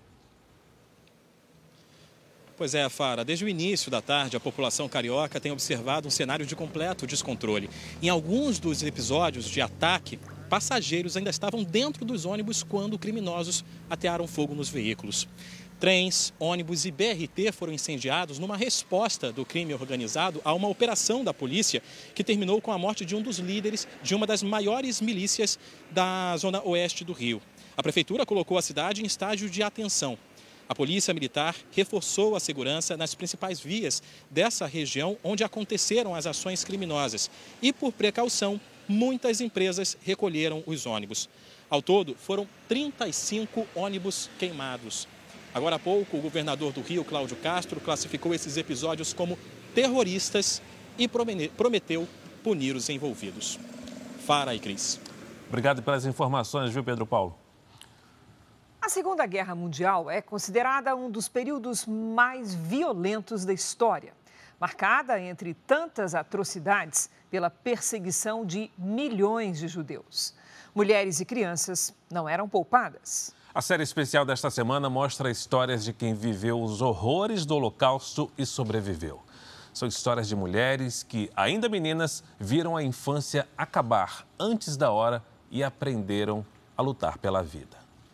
Pois é, Fara, desde o início da tarde, a população carioca tem observado um cenário de completo descontrole. Em alguns dos episódios de ataque, passageiros ainda estavam dentro dos ônibus quando criminosos atearam fogo nos veículos. Trens, ônibus e BRT foram incendiados numa resposta do crime organizado a uma operação da polícia que terminou com a morte de um dos líderes de uma das maiores milícias da zona oeste do Rio. A prefeitura colocou a cidade em estágio de atenção. A polícia militar reforçou a segurança nas principais vias dessa região onde aconteceram as ações criminosas. E, por precaução, muitas empresas recolheram os ônibus. Ao todo, foram 35 ônibus queimados. Agora há pouco, o governador do Rio, Cláudio Castro, classificou esses episódios como terroristas e prometeu punir os envolvidos. Fara e Cris. Obrigado pelas informações, viu, Pedro Paulo? A Segunda Guerra Mundial é considerada um dos períodos mais violentos da história, marcada, entre tantas atrocidades, pela perseguição de milhões de judeus. Mulheres e crianças não eram poupadas. A série especial desta semana mostra histórias de quem viveu os horrores do Holocausto e sobreviveu. São histórias de mulheres que, ainda meninas, viram a infância acabar antes da hora e aprenderam a lutar pela vida.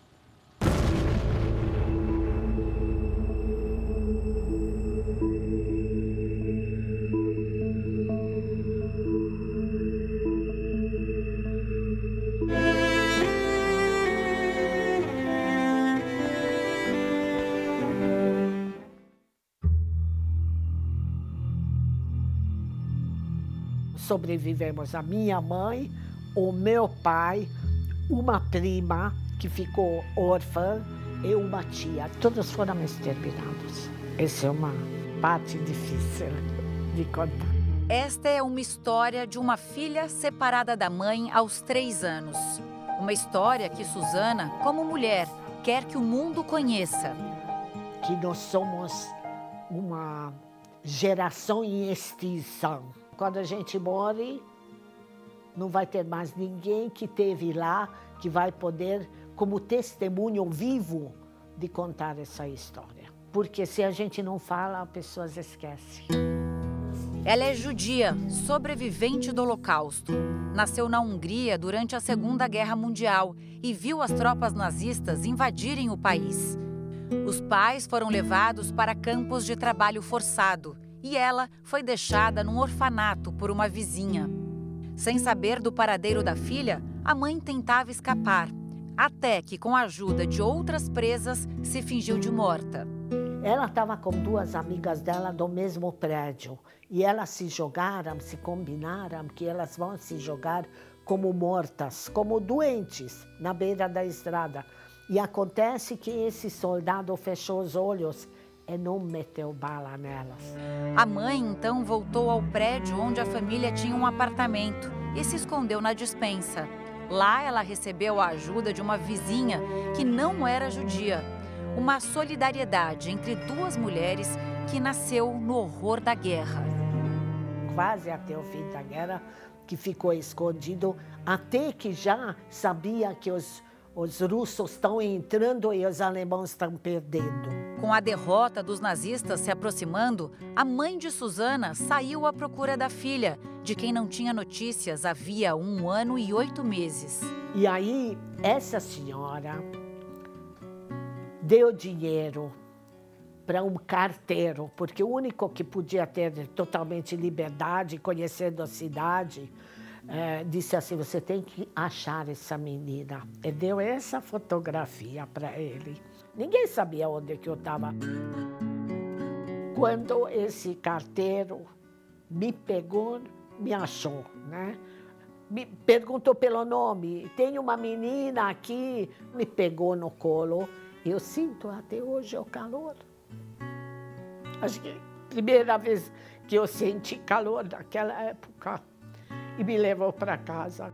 Sobrevivemos a minha mãe, o meu pai, uma prima que ficou órfã e uma tia. Todos foram exterminados. Essa é uma parte difícil de contar. Esta é uma história de uma filha separada da mãe aos 3 anos. Uma história que Suzana, como mulher, quer que o mundo conheça. Que nós somos uma geração em extinção. Quando a gente morre, não vai ter mais ninguém que esteve lá, que vai poder, como testemunho vivo, de contar essa história. Porque se a gente não fala, as pessoas esquecem. Ela é judia, sobrevivente do Holocausto. Nasceu na Hungria durante a Segunda Guerra Mundial e viu as tropas nazistas invadirem o país. Os pais foram levados para campos de trabalho forçado. E ela foi deixada num orfanato por uma vizinha. Sem saber do paradeiro da filha, a mãe tentava escapar, até que, com a ajuda de outras presas, se fingiu de morta. Ela estava com 2 amigas dela do mesmo prédio e elas se jogaram, se combinaram que elas vão se jogar como mortas, como doentes, na beira da estrada. E acontece que esse soldado fechou os olhos e não meteu bala nelas. A mãe, então, voltou ao prédio onde a família tinha um apartamento e se escondeu na despensa. Lá, ela recebeu a ajuda de uma vizinha que não era judia. Uma solidariedade entre 2 mulheres que nasceu no horror da guerra. Quase até o fim da guerra, que ficou escondido, até que já sabia que os russos estão entrando e os alemães estão perdendo. Com a derrota dos nazistas se aproximando, a mãe de Suzana saiu à procura da filha, de quem não tinha notícias havia 1 ano e 8 meses. E aí, essa senhora deu dinheiro para um carteiro, porque o único que podia ter totalmente liberdade, conhecendo a cidade, disse assim, você tem que achar essa menina. E deu essa fotografia para ele. Ninguém sabia onde que eu estava. Quando esse carteiro me pegou, me achou, né? Me perguntou pelo nome, tem uma menina aqui, me pegou no colo. Eu sinto até hoje o calor. Acho que é a primeira vez que eu senti calor naquela época. E me levou para casa.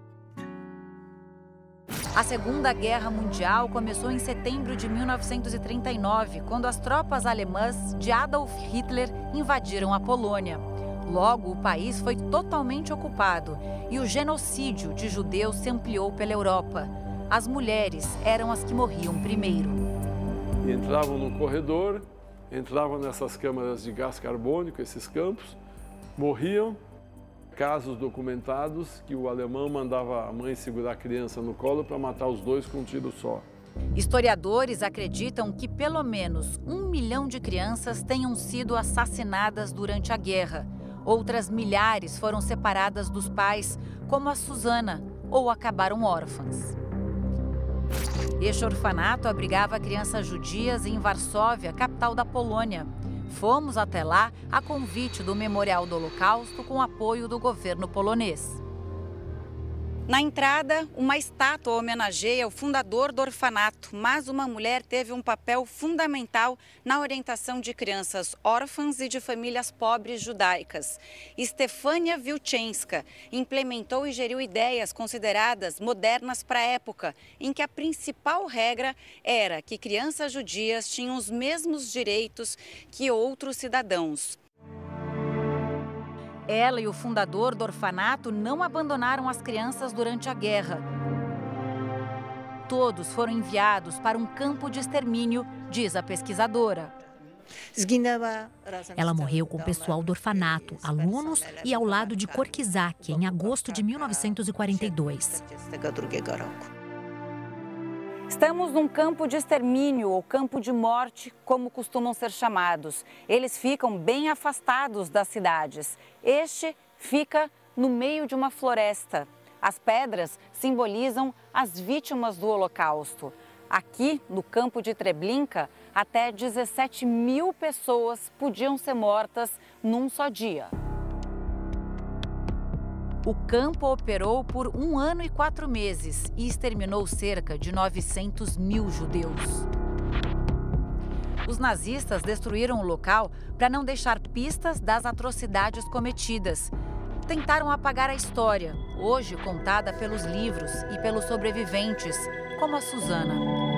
A Segunda Guerra Mundial começou em setembro de 1939, quando as tropas alemãs de Adolf Hitler invadiram a Polônia. Logo, o país foi totalmente ocupado e o genocídio de judeus se ampliou pela Europa. As mulheres eram as que morriam primeiro. Entravam no corredor, entravam nessas câmaras de gás carbônico, esses campos, morriam. Casos documentados que o alemão mandava a mãe segurar a criança no colo para matar os 2 com um tiro só. Historiadores acreditam que pelo menos 1 milhão de crianças tenham sido assassinadas durante a guerra. Outras milhares foram separadas dos pais, como a Suzana, ou acabaram órfãs. Este orfanato abrigava crianças judias em Varsóvia, capital da Polônia. Fomos até lá a convite do Memorial do Holocausto com apoio do governo polonês. Na entrada, uma estátua homenageia o fundador do orfanato, mas uma mulher teve um papel fundamental na orientação de crianças órfãs e de famílias pobres judaicas. Stefania Wilczenska implementou e geriu ideias consideradas modernas para a época, em que a principal regra era que crianças judias tinham os mesmos direitos que outros cidadãos. Ela e o fundador do orfanato não abandonaram as crianças durante a guerra. Todos foram enviados para um campo de extermínio, diz a pesquisadora. Ela morreu com o pessoal do orfanato, alunos e ao lado de Korczak, em agosto de 1942. Estamos num campo de extermínio ou campo de morte, como costumam ser chamados. Eles ficam bem afastados das cidades. Este fica no meio de uma floresta. As pedras simbolizam as vítimas do Holocausto. Aqui, no campo de Treblinka, até 17 mil pessoas podiam ser mortas num só dia. O campo operou por 1 ano e 4 meses e exterminou cerca de 900 mil judeus. Os nazistas destruíram o local para não deixar pistas das atrocidades cometidas. Tentaram apagar a história, hoje contada pelos livros e pelos sobreviventes, como a Susana.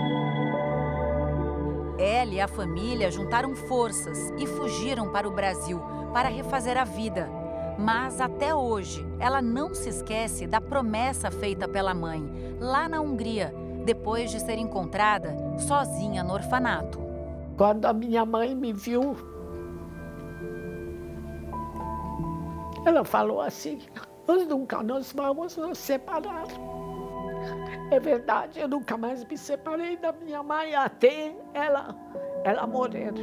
Ela e a família juntaram forças e fugiram para o Brasil para refazer a vida. Mas até hoje, ela não se esquece da promessa feita pela mãe, lá na Hungria, depois de ser encontrada sozinha no orfanato. Quando a minha mãe me viu, ela falou assim: nós nunca nos vamos nos separar. É verdade, eu nunca mais me separei da minha mãe até ela morrer.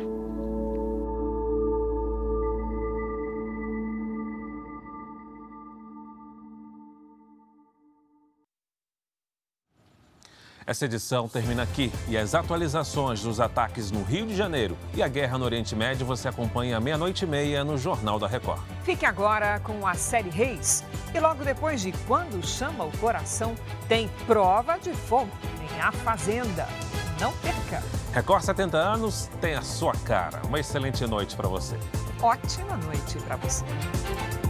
Essa edição termina aqui e as atualizações dos ataques no Rio de Janeiro e a guerra no Oriente Médio você acompanha à 00:30 no Jornal da Record. Fique agora com a série Reis. E logo depois de Quando Chama o Coração, tem Prova de Fogo em A Fazenda. Não perca! Record 70 anos tem a sua cara. Uma excelente noite para você. Ótima noite para você.